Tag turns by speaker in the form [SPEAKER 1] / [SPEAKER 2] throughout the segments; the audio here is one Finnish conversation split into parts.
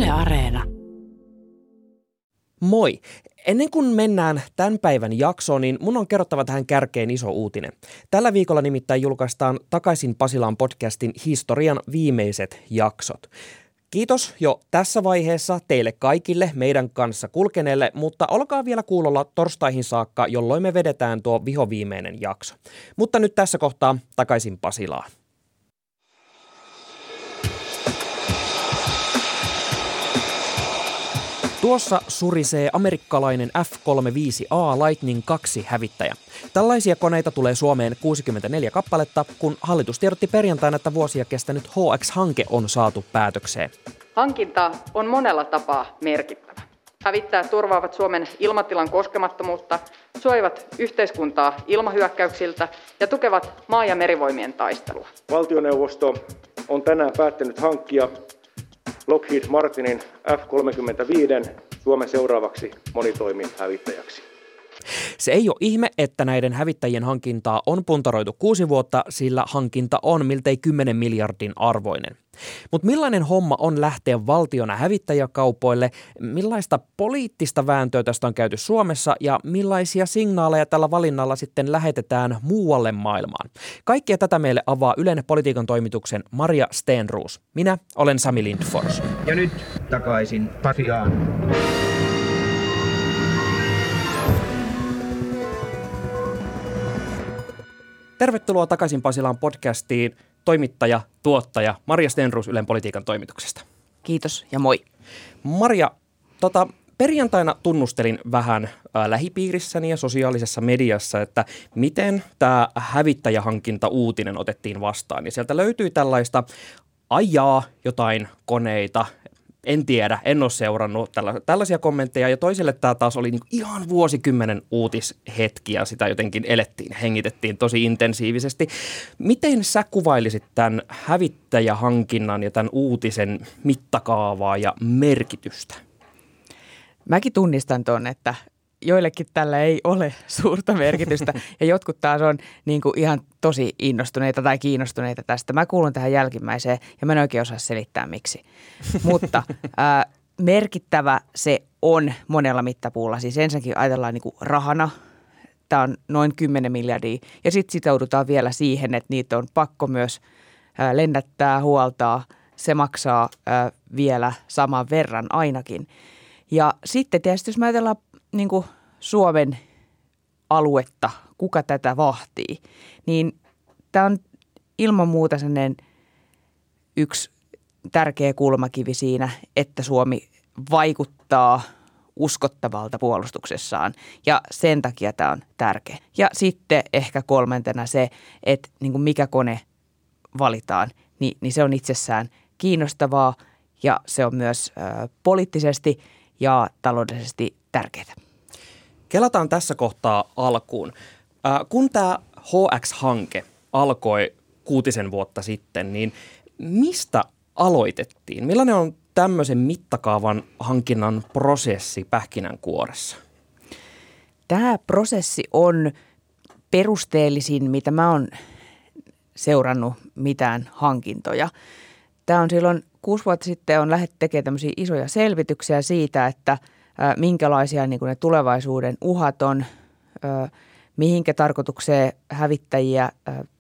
[SPEAKER 1] Yle Areena.
[SPEAKER 2] Moi! Ennen kuin mennään tämän päivän jaksoon, niin mun on kerrottava tähän kärkeen iso uutinen. Tällä viikolla nimittäin julkaistaan Takaisin Pasilaan podcastin historian viimeiset jaksot. Kiitos jo tässä vaiheessa teille kaikille meidän kanssa kulkeneille, mutta olkaa vielä kuulolla torstaihin saakka, jolloin me vedetään tuo vihoviimeinen jakso. Mutta nyt tässä kohtaa Takaisin Pasilaan. Tuossa surisee amerikkalainen F-35A Lightning II-hävittäjä. Tällaisia koneita tulee Suomeen 64 kappaletta, kun hallitus tiedotti perjantaina, että vuosia kestänyt HX-hanke on saatu päätökseen.
[SPEAKER 3] Hankinta on monella tapaa merkittävä. Hävittäjät turvaavat Suomen ilmatilan koskemattomuutta, suojaavat yhteiskuntaa ilmahyökkäyksiltä ja tukevat maa- ja merivoimien taistelua.
[SPEAKER 4] Valtioneuvosto on tänään päättänyt hankkia Lockheed Martinin F-35 Suomen seuraavaksi monitoimihävittäjäksi.
[SPEAKER 2] Se ei ole ihme, että näiden hävittäjien hankintaa on puntaroitu 6 vuotta, sillä hankinta on miltei 10 miljardin arvoinen. Mutta millainen homma on lähteä valtiona hävittäjäkaupoille, millaista poliittista vääntöä tästä on käyty Suomessa ja millaisia signaaleja tällä valinnalla sitten lähetetään muualle maailmaan? Kaikkea tätä meille avaa Ylen politiikan toimituksen Maria Stenroos. Minä olen Sami Lindfors.
[SPEAKER 5] Ja nyt takaisin Pasilaan.
[SPEAKER 2] Tervetuloa Takaisin Pasilaan podcastiin toimittaja, tuottaja Maria Stenroos Ylen politiikan toimituksesta.
[SPEAKER 1] Kiitos ja moi.
[SPEAKER 2] Maria, perjantaina tunnustelin vähän lähipiirissäni ja sosiaalisessa mediassa, että miten tämä hävittäjähankinta-uutinen otettiin vastaan. Ja sieltä löytyi tällaista ajaa jotain koneita. En tiedä, en ole seurannut tällaisia kommentteja ja toiselle tämä taas oli niin ihan vuosikymmenen uutishetki ja sitä jotenkin elettiin, hengitettiin tosi intensiivisesti. Miten sä kuvailisit tämän hävittäjähankinnan ja tämän uutisen mittakaavaa ja merkitystä?
[SPEAKER 1] Mäkin tunnistan ton, että joillekin tällä ei ole suurta merkitystä ja jotkut taas on niin kuin ihan tosi innostuneita tai kiinnostuneita tästä. Mä kuulun tähän jälkimmäiseen ja mä en oikein osaa selittää miksi. Mutta merkittävä se on monella mittapuulla. Siis ensinnäkin ajatellaan niin kuin rahana. Tämä on noin 10 miljardia ja sitten sitoudutaan vielä siihen, että niitä on pakko myös lennättää, huoltaa. Se maksaa vielä saman verran ainakin. Ja sitten tietysti jos me ajatellaan niin kuin Suomen aluetta, kuka tätä vahtii, niin tämä on ilman muuta sellainen yksi tärkeä kulmakivi siinä, että Suomi vaikuttaa uskottavalta puolustuksessaan ja sen takia tämä on tärkeä. Ja sitten ehkä kolmantena se, että niin kuin mikä kone valitaan, niin se on itsessään kiinnostavaa ja se on myös poliittisesti ja taloudellisesti tärkeää.
[SPEAKER 2] Kelataan tässä kohtaa alkuun. Kun tämä HX-hanke alkoi 6 vuotta sitten, niin mistä aloitettiin? Millainen on tämmöisen mittakaavan hankinnan prosessi pähkinänkuoressa?
[SPEAKER 1] Tämä prosessi on perusteellisin, mitä mä oon seurannut mitään hankintoja. Tämä on silloin 6 vuotta sitten on lähdetty tekemään tämmöisiä isoja selvityksiä siitä, että minkälaisia niin kuin ne tulevaisuuden uhat on, mihinkä tarkoitukseen hävittäjiä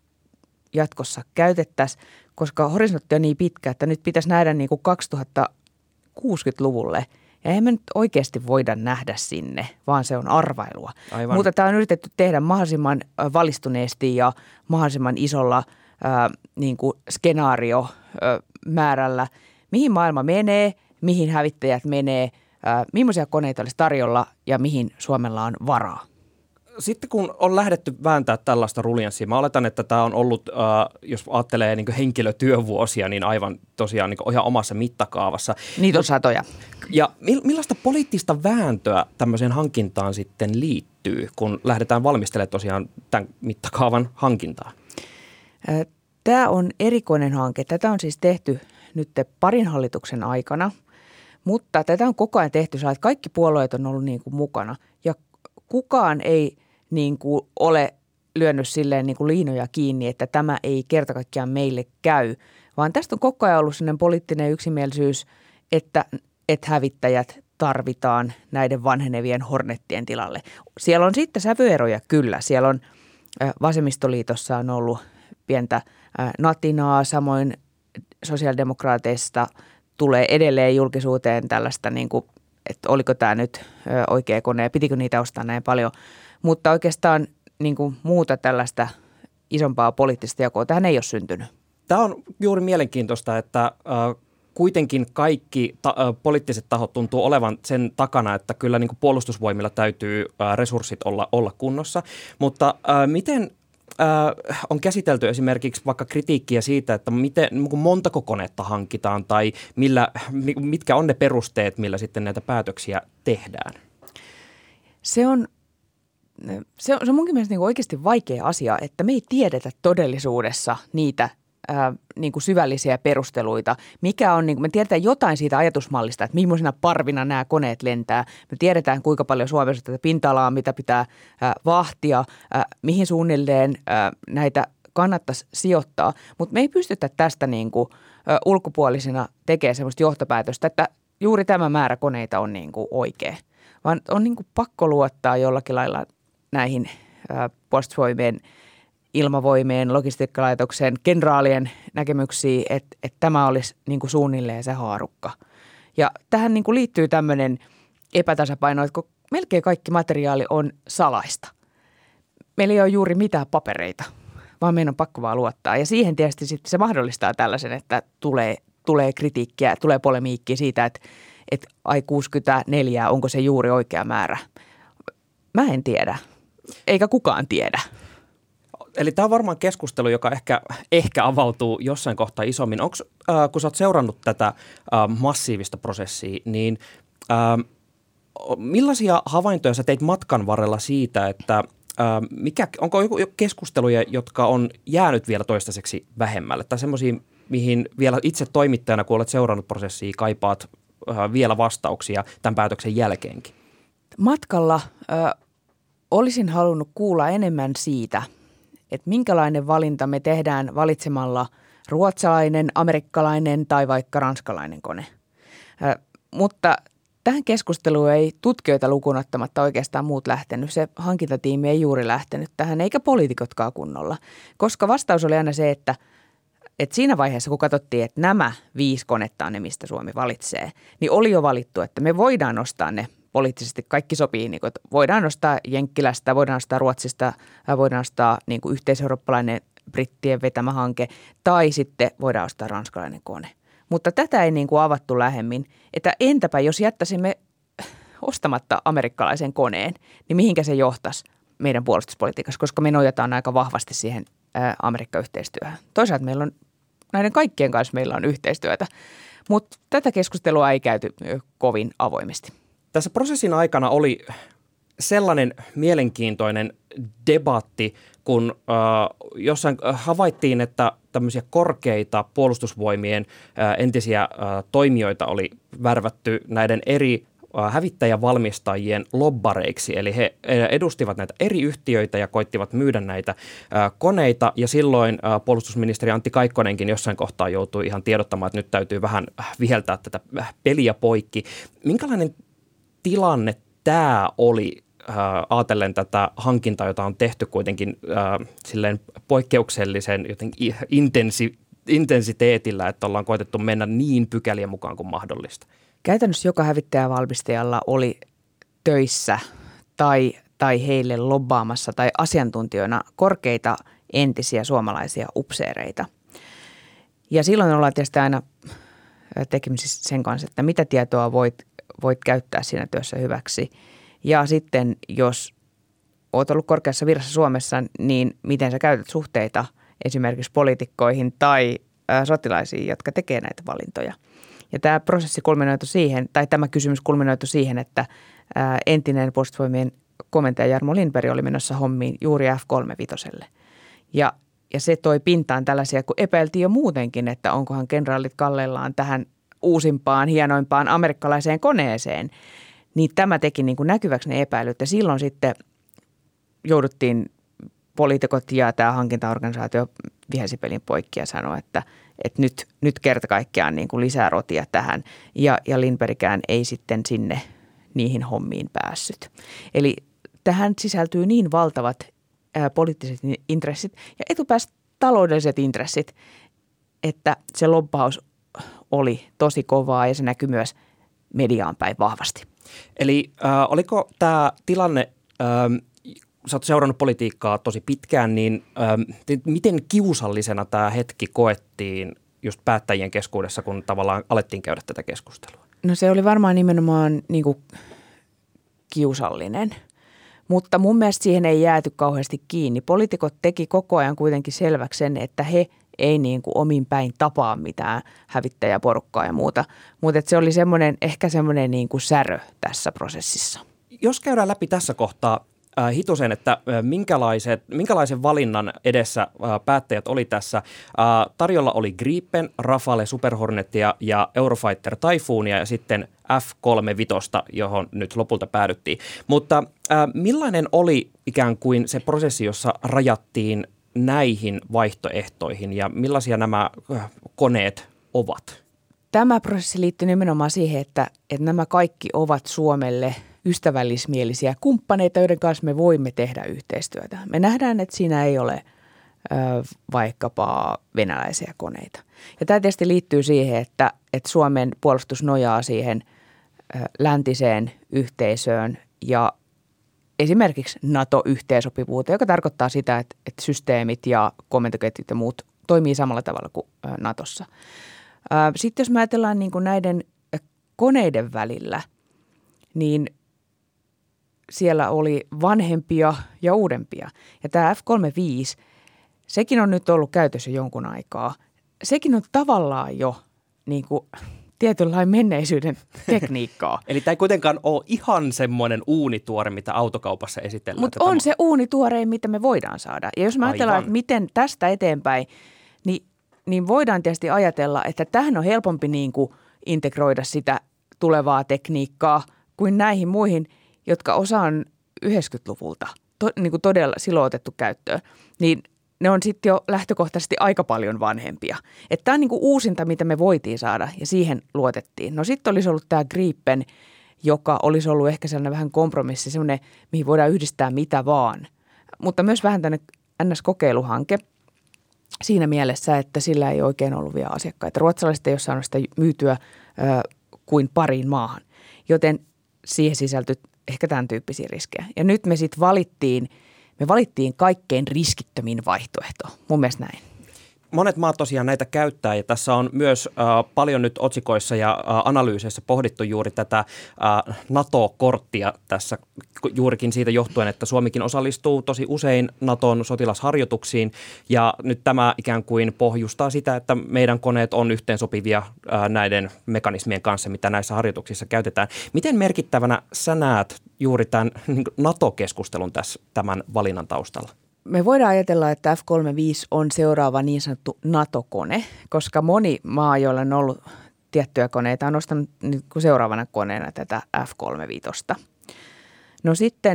[SPEAKER 1] jatkossa koska horisontti on niin pitkä, että nyt pitäisi nähdä niin kuin 2060-luvulle. Ja eihän me nyt oikeasti voida nähdä sinne, vaan se on arvailua.
[SPEAKER 2] Aivan.
[SPEAKER 1] Mutta tämä on yritetty tehdä mahdollisimman valistuneesti ja mahdollisimman isolla niin kuin skenaariomäärällä, mihin maailma menee, mihin hävittäjät menee, millaisia koneita olisi tarjolla ja mihin Suomella on varaa.
[SPEAKER 2] Sitten kun on lähdetty vääntää tällaista ruljanssia, mä oletan, että tämä on ollut, jos ajattelee niin henkilötyövuosia, niin aivan tosiaan niin ihan omassa mittakaavassa.
[SPEAKER 1] Niitä on satoja.
[SPEAKER 2] Ja millaista poliittista vääntöä tämmöiseen hankintaan sitten liittyy, kun lähdetään valmistelemaan tosiaan tämän mittakaavan hankintaa?
[SPEAKER 1] Tämä on erikoinen hanke. Tätä on siis tehty nyt parin hallituksen aikana, mutta tätä on koko ajan tehty että kaikki puolueet on ollut niin kuin mukana ja kukaan ei niin kuin ole lyönyt silleen niin kuin liinoja kiinni, että tämä ei kerta kaikkiaan meille käy, vaan tästä on koko ajan ollut sellainen poliittinen yksimielisyys, että että hävittäjät tarvitaan näiden vanhenevien Hornettien tilalle. Siellä on sitten sävyeroja kyllä. Siellä on vasemmistoliitossa on ollut pientä natinaa, samoin sosiaalidemokraateista tulee edelleen julkisuuteen tällaista, niin kuin, että oliko tämä nyt oikea kone ja pitikö niitä ostaa näin paljon. Mutta oikeastaan niin kuin muuta tällaista isompaa poliittista jakoa tähän ei ole syntynyt.
[SPEAKER 2] Tämä on juuri mielenkiintoista, että kuitenkin kaikki poliittiset tahot tuntuu olevan sen takana, että kyllä niin kuin puolustusvoimilla täytyy resurssit olla kunnossa. Mutta miten on käsitelty esimerkiksi vaikka kritiikkiä siitä, että montako konetta hankitaan tai mitkä on ne perusteet, millä sitten näitä päätöksiä tehdään?
[SPEAKER 1] Se on munkin mielestä niin kuin oikeasti vaikea asia, että me ei tiedetä todellisuudessa niitä niin kuin syvällisiä perusteluita. Mikä on, niin kuin me tiedetään jotain siitä ajatusmallista, että millaisina parvina nämä koneet lentää. Me tiedetään, kuinka paljon Suomessa tätä pinta-alaa, mitä pitää vahtia, mihin suunnilleen näitä kannattaisi sijoittaa. Mutta me ei pystytä tästä niin kuin ulkopuolisina tekemään sellaista johtopäätöstä, että juuri tämä määrä koneita on niin kuin oikea. Vaan on niin kuin pakko luottaa jollakin lailla näihin puolustusvoimien, ilmavoimien, logistiikkalaitoksen, kenraalien näkemyksiin, että tämä olisi niin kuin suunnilleen se haarukka. Ja tähän niin kuin liittyy tämmöinen epätasapaino, että kun melkein kaikki materiaali on salaista. Meillä ei ole juuri mitään papereita, vaan meidän on pakko vaan luottaa. Ja siihen tietysti sitten se mahdollistaa tällaisen, että tulee kritiikkiä, tulee polemiikkiä siitä, että ai 64, onko se juuri oikea määrä. Mä en tiedä, eikä kukaan tiedä.
[SPEAKER 2] Eli tämä on varmaan keskustelu, joka ehkä avautuu jossain kohtaa isommin. Onko, kun sä oot seurannut tätä massiivista prosessia, niin millaisia havaintoja sä teit matkan varrella siitä, että onko keskusteluja, jotka on jäänyt vielä toistaiseksi vähemmälle? Tai semmoisia, mihin vielä itse toimittajana, kun olet seurannut prosessia, kaipaat vielä vastauksia tämän päätöksen jälkeenkin?
[SPEAKER 1] Matkalla olisin halunnut kuulla enemmän siitä, että minkälainen valinta me tehdään valitsemalla ruotsalainen, amerikkalainen tai vaikka ranskalainen kone. Mutta tähän keskusteluun ei tutkijoita lukuun ottamatta oikeastaan muut lähtenyt. Se hankintatiimi ei juuri lähtenyt tähän, eikä poliitikotkaan kunnolla. Koska vastaus oli aina se, että siinä vaiheessa, kun katsottiin, että nämä 5 konetta on ne, mistä Suomi valitsee, niin oli jo valittu, että me voidaan nostaa ne poliittisesti. Kaikki sopii, niin kuin, että voidaan nostaa Jenkkilästä, voidaan nostaa Ruotsista, voidaan nostaa niin kuin yhteiseurooppalainen brittien vetämä hanke tai sitten voidaan ostaa ranskalainen kone. Mutta tätä ei niin kuin avattu lähemmin, että entäpä jos jättäisimme ostamatta amerikkalaisen koneen, niin mihinkä se johtaisi meidän puolustuspolitiikassa, koska me nojataan aika vahvasti siihen Amerikka-yhteistyöhön. Toisaalta meillä on, näiden kaikkien kanssa meillä on yhteistyötä, mutta tätä keskustelua ei käyty kovin avoimesti.
[SPEAKER 2] Tässä prosessin aikana oli sellainen mielenkiintoinen debatti, kun jossain havaittiin, että tämmöisiä korkeita puolustusvoimien entisiä toimijoita oli värvätty näiden eri hävittäjävalmistajien lobbareiksi. Eli he edustivat näitä eri yhtiöitä ja koittivat myydä näitä koneita. Ja silloin puolustusministeri Antti Kaikkonenkin jossain kohtaa joutui ihan tiedottamaan, että nyt täytyy vähän viheltää tätä peliä poikki. Minkälainen tilanne tämä oli ajatellen tätä hankintaa, jota on tehty kuitenkin silleen poikkeuksellisen jotenkin intensiteetillä, että ollaan koetettu mennä niin pykälien mukaan kuin mahdollista?
[SPEAKER 1] Käytännössä joka hävittäjävalmistajalla oli töissä tai heille lobbaamassa tai asiantuntijoina korkeita entisiä suomalaisia upseereita. Ja silloin ollaan tietysti aina tekemisissä sen kanssa, että mitä tietoa voit käyttää siinä työssä hyväksi. Ja sitten jos olet ollut korkeassa virassa Suomessa, niin miten sä käytät suhteita esimerkiksi poliitikkoihin tai sotilaisiin, jotka tekee näitä valintoja. Ja tämä prosessi kulminoitu siihen, tai tämä kysymys kulminoitu siihen, että entinen puolustusvoimien komentaja Jarmo Lindberg oli menossa hommiin juuri F-35. Ja se toi pintaan tällaisia, kun epäiltiin jo muutenkin, että onkohan kenraalit kallellaan tähän uusimpaan, hienoimpaan amerikkalaiseen koneeseen. Niin tämä teki niin kuin näkyväksi ne epäilyt. Ja silloin sitten jouduttiin poliitikot ja tämä hankintaorganisaatio vihelsi pelin poikki ja sanoi, että että nyt kerta kaikkiaan niin kuin lisää rotia tähän ja Lindbergkään ei sitten sinne niihin hommiin päässyt. Eli tähän sisältyy niin valtavat poliittiset intressit ja etupäässä taloudelliset intressit, että se lobbaus oli tosi kovaa ja se näkyy myös mediaan päin vahvasti.
[SPEAKER 2] Eli oliko tämä tilanne, sä oot seurannut politiikkaa tosi pitkään, niin miten kiusallisena tämä hetki koettiin just päättäjien keskuudessa, kun tavallaan alettiin käydä tätä keskustelua?
[SPEAKER 1] No se oli varmaan nimenomaan niin kuin kiusallinen, mutta mun mielestä siihen ei jääty kauheasti kiinni. Poliitikot teki koko ajan kuitenkin selväksi sen, että he ei niin kuin omin päin tapaa mitään hävittäjäporukkaa ja muuta, mutta se oli ehkä semmoinen niin kuin särö tässä prosessissa.
[SPEAKER 2] Jos käydään läpi tässä kohtaa hitusen, että minkälaisen valinnan edessä päättäjät oli tässä. Tarjolla oli Gripen, Rafale, Super Hornetia ja Eurofighter Typhoonia ja sitten F-35, johon nyt lopulta päädyttiin. Mutta millainen oli ikään kuin se prosessi, jossa rajattiin näihin vaihtoehtoihin ja millaisia nämä koneet ovat?
[SPEAKER 1] Tämä prosessi liittyy nimenomaan siihen, että nämä kaikki ovat Suomelle ystävällismielisiä kumppaneita, joiden kanssa me voimme tehdä yhteistyötä. Me nähdään, että siinä ei ole vaikkapa venäläisiä koneita. Ja tämä tietysti liittyy siihen, että Suomen puolustus nojaa siihen läntiseen yhteisöön ja esimerkiksi NATO-yhteensopivuuteen, joka tarkoittaa sitä, että systeemit ja komentoketjut ja muut toimii samalla tavalla kuin NATOssa. Sitten jos me ajatellaan niin kuin näiden koneiden välillä, niin siellä oli vanhempia ja uudempia. Ja tämä F-35, sekin on nyt ollut käytössä jonkun aikaa. Sekin on tavallaan jo niin kuin tietynlainen menneisyyden tekniikkaa.
[SPEAKER 2] Eli tämä ei kuitenkaan ole ihan semmoinen uunituore, mitä autokaupassa esitellään.
[SPEAKER 1] Mutta on se uunituorein, mitä me voidaan saada. Ja jos me ajatellaan, että miten tästä eteenpäin, niin voidaan tietysti ajatella, että tähän on helpompi niin kuin integroida sitä tulevaa tekniikkaa kuin näihin muihin, jotka osa on 90-luvulta niin kuin todella silloin otettu käyttöön. Niin ne on sitten jo lähtökohtaisesti aika paljon vanhempia. Että tämä on niin kuin uusinta, mitä me voitiin saada ja siihen luotettiin. No sitten olisi ollut tämä Gripen, joka olisi ollut ehkä sellainen vähän kompromissi, sellainen, mihin voidaan yhdistää mitä vaan. Mutta myös vähän tämmöinen NS-kokeiluhanke siinä mielessä, että sillä ei oikein ollut vielä asiakkaita. Ruotsalaiset ei ole saanut sitä myytyä kuin pariin maahan, joten siihen sisältyi ehkä tämän tyyppisiä riskejä. Ja nyt me sitten valittiin kaikkein riskittömin vaihtoehto, mun mielestä näin.
[SPEAKER 2] Monet maat tosiaan näitä käyttää ja tässä on myös paljon nyt otsikoissa ja analyyseissä pohdittu juuri tätä NATO-korttia tässä juurikin siitä johtuen, että Suomikin osallistuu tosi usein NATOn sotilasharjoituksiin ja nyt tämä ikään kuin pohjustaa sitä, että meidän koneet on yhteensopivia näiden mekanismien kanssa, mitä näissä harjoituksissa käytetään. Miten merkittävänä sä näet juuri tämän NATO-keskustelun tämän valinnan taustalla?
[SPEAKER 1] Me voidaan ajatella, että F-35 on seuraava niin sanottu NATO-kone, koska moni maa, joilla on ollut tiettyjä koneita, on ostanut seuraavana koneena tätä F-35. No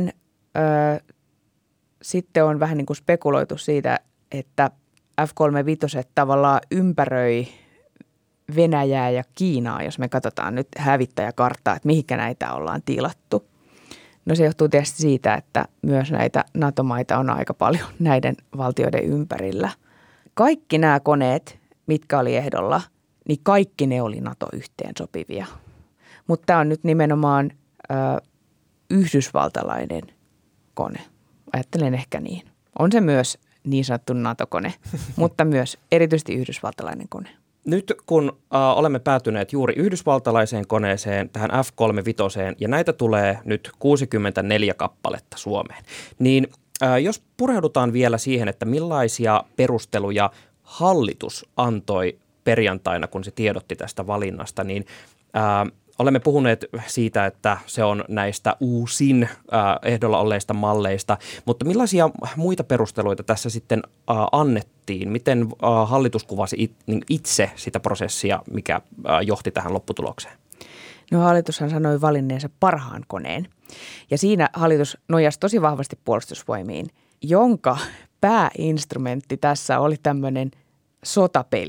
[SPEAKER 1] sitten on vähän niin kuin spekuloitu siitä, että F-35 tavallaan ympäröi Venäjää ja Kiinaa, jos me katsotaan nyt hävittäjäkarttaa, että mihinkä näitä ollaan tilattu. No se johtuu tietysti siitä, että myös näitä NATO-maita on aika paljon näiden valtioiden ympärillä. Kaikki nämä koneet, mitkä oli ehdolla, niin kaikki ne oli NATO-yhteensopivia. Mutta tämä on nyt nimenomaan yhdysvaltalainen kone. Ajattelen ehkä niin. On se myös niin sanottu NATO-kone, mutta myös erityisesti yhdysvaltalainen kone.
[SPEAKER 2] Nyt kun olemme päätyneet juuri yhdysvaltalaiseen koneeseen, tähän F-35, ja näitä tulee nyt 64 kappaletta Suomeen, niin jos pureudutaan vielä siihen, että millaisia perusteluja hallitus antoi perjantaina, kun se tiedotti tästä valinnasta, niin olemme puhuneet siitä, että se on näistä uusin ehdolla olleista malleista, mutta millaisia muita perusteluita tässä sitten annettiin? Miten hallitus kuvasi itse sitä prosessia, mikä johti tähän lopputulokseen?
[SPEAKER 1] No hallitushan sanoi valinneensa parhaan koneen ja siinä hallitus nojasi tosi vahvasti puolustusvoimiin, jonka pääinstrumentti tässä oli tämmöinen sotapeli,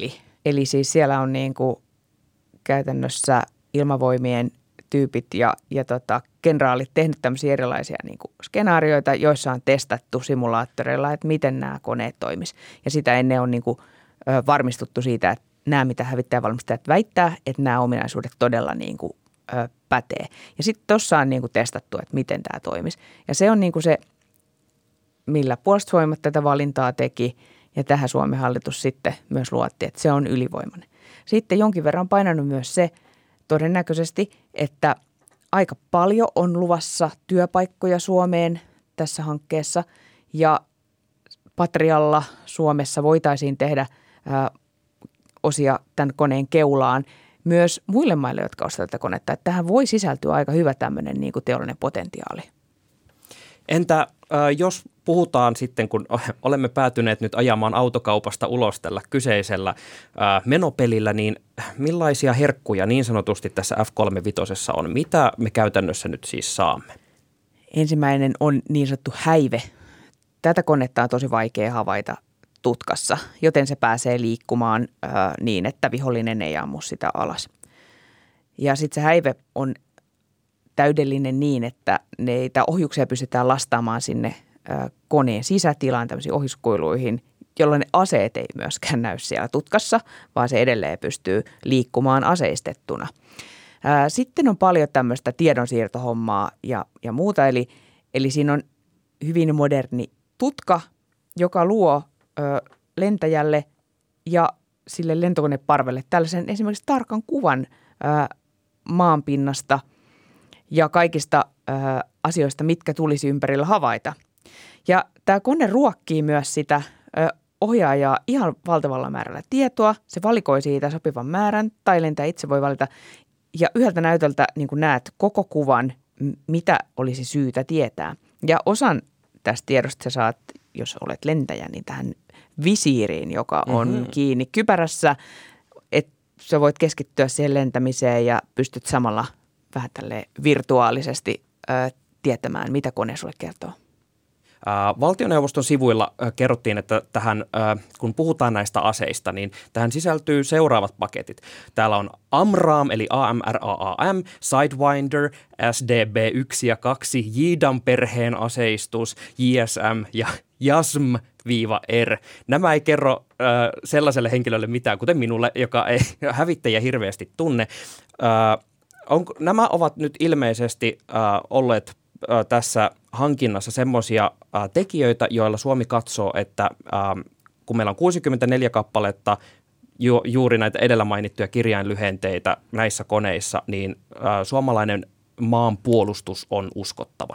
[SPEAKER 1] Eli siis siellä on niin kuin käytännössä ilmavoimien tyypit ja kenraalit tehnyt tämmöisiä erilaisia niin kuin skenaarioita, joissa on testattu simulaattoreilla, että miten nämä koneet toimis. Ja sitä ennen on niin kuin varmistuttu siitä, että nämä, mitä hävittäjävalmistajat väittää, että nämä ominaisuudet todella niin kuin pätee. Ja sitten tuossa on niin kuin testattu, että miten tämä toimisi. Ja se on niin kuin se, millä Puolustusvoimat tätä valintaa teki, ja tähän Suomen hallitus sitten myös luotti, että se on ylivoimainen. Sitten jonkin verran on painanut myös se todennäköisesti, että aika paljon on luvassa työpaikkoja Suomeen tässä hankkeessa, ja Patrialla Suomessa voitaisiin tehdä osia tämän koneen keulaan myös muille maille, jotka ostavat tätä konetta. Että tähän voi sisältyä aika hyvä tämmöinen niin kuin teollinen potentiaali.
[SPEAKER 2] Entä jos puhutaan sitten, kun olemme päätyneet nyt ajamaan autokaupasta ulos tällä kyseisellä menopelillä, niin millaisia herkkuja niin sanotusti tässä F-35 on? Mitä me käytännössä nyt siis saamme?
[SPEAKER 1] Ensimmäinen on niin sanottu häive. Tätä konetta on tosi vaikea havaita tutkassa, joten se pääsee liikkumaan niin, että vihollinen ei ammu sitä alas. Ja sitten se häive on täydellinen niin, että neitä ohjuksia pystytään lastaamaan sinne koneen sisätilaan tämmöisiin ohjuskuiluihin, jolloin ne aseet ei myöskään näy siellä tutkassa, vaan se edelleen pystyy liikkumaan aseistettuna. Sitten on paljon tämmöistä tiedonsiirtohommaa ja muuta, eli siinä on hyvin moderni tutka, joka luo lentäjälle ja sille lentokoneparvelle tällaisen esimerkiksi tarkan kuvan maanpinnasta ja kaikista asioista, mitkä tulisi ympärillä havaita. Ja tämä kone ruokkii myös sitä ohjaajaa ihan valtavalla määrällä tietoa. Se valikoi siitä sopivan määrän tai lentäjä itse voi valita. Ja yhdeltä näytöltä niin kuin näet koko kuvan, mitä olisi syytä tietää. Ja osan tästä tiedosta sä saat, jos olet lentäjä, niin tähän visiiriin, joka on kiinni kypärässä, että sä voit keskittyä siihen lentämiseen ja pystyt samalla vähän tälleen virtuaalisesti tietämään, mitä kone sulle kertoo.
[SPEAKER 2] Valtioneuvoston sivuilla kerrottiin, että tähän, kun puhutaan näistä aseista, niin tähän sisältyy seuraavat paketit. Täällä on AMRAAM, eli AMRAAM, Sidewinder, SDB1 ja 2, JIDAM perheen aseistus, JSM ja JASM-R. Nämä ei kerro sellaiselle henkilölle mitään, kuten minulle, joka ei hävittäjiä hirveästi tunne. Nämä ovat nyt ilmeisesti olleet tässä hankinnassa semmoisia tekijöitä, joilla Suomi katsoo, että kun meillä on 64 kappaletta juuri näitä edellä mainittuja kirjainlyhenteitä näissä koneissa, niin suomalainen maanpuolustus on uskottava.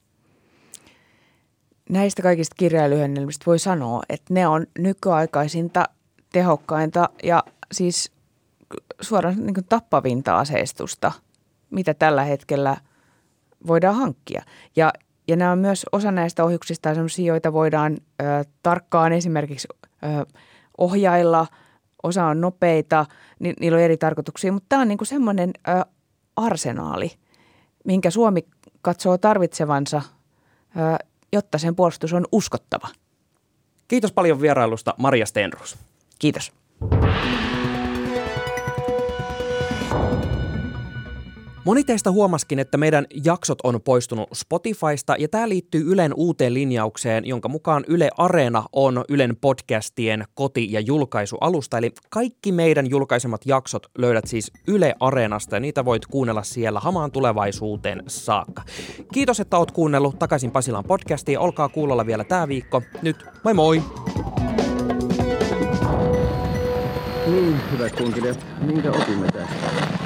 [SPEAKER 1] Näistä kaikista kirjainlyhennelmistä voi sanoa, että ne on nykyaikaisinta, tehokkainta ja siis suoraan niin kuin tappavinta aseistusta, mitä tällä hetkellä voidaan hankkia. Ja nämä on myös osa näistä ohjuksista sellaisia, joita voidaan tarkkaan esimerkiksi ohjailla. Osa on nopeita, niillä on eri tarkoituksia, mutta tämä on niin kuin semmoinen arsenaali, minkä Suomi katsoo tarvitsevansa, jotta sen puolustus on uskottava.
[SPEAKER 2] Kiitos paljon vierailusta, Maria Stenroos.
[SPEAKER 1] Kiitos.
[SPEAKER 2] Moni teistä huomasikin, että meidän jaksot on poistunut Spotifysta ja tämä liittyy Ylen uuteen linjaukseen, jonka mukaan Yle Areena on Ylen podcastien koti- ja julkaisualusta. Eli kaikki meidän julkaisemat jaksot löydät siis Yle Areenasta ja niitä voit kuunnella siellä hamaan tulevaisuuteen saakka. Kiitos, että oot kuunnellut Takaisin Pasilaan podcastiin. Olkaa kuulolla vielä tää viikko. Nyt moi moi!
[SPEAKER 5] Niin, hyvät kuuntelijat, minkä opimme tästä?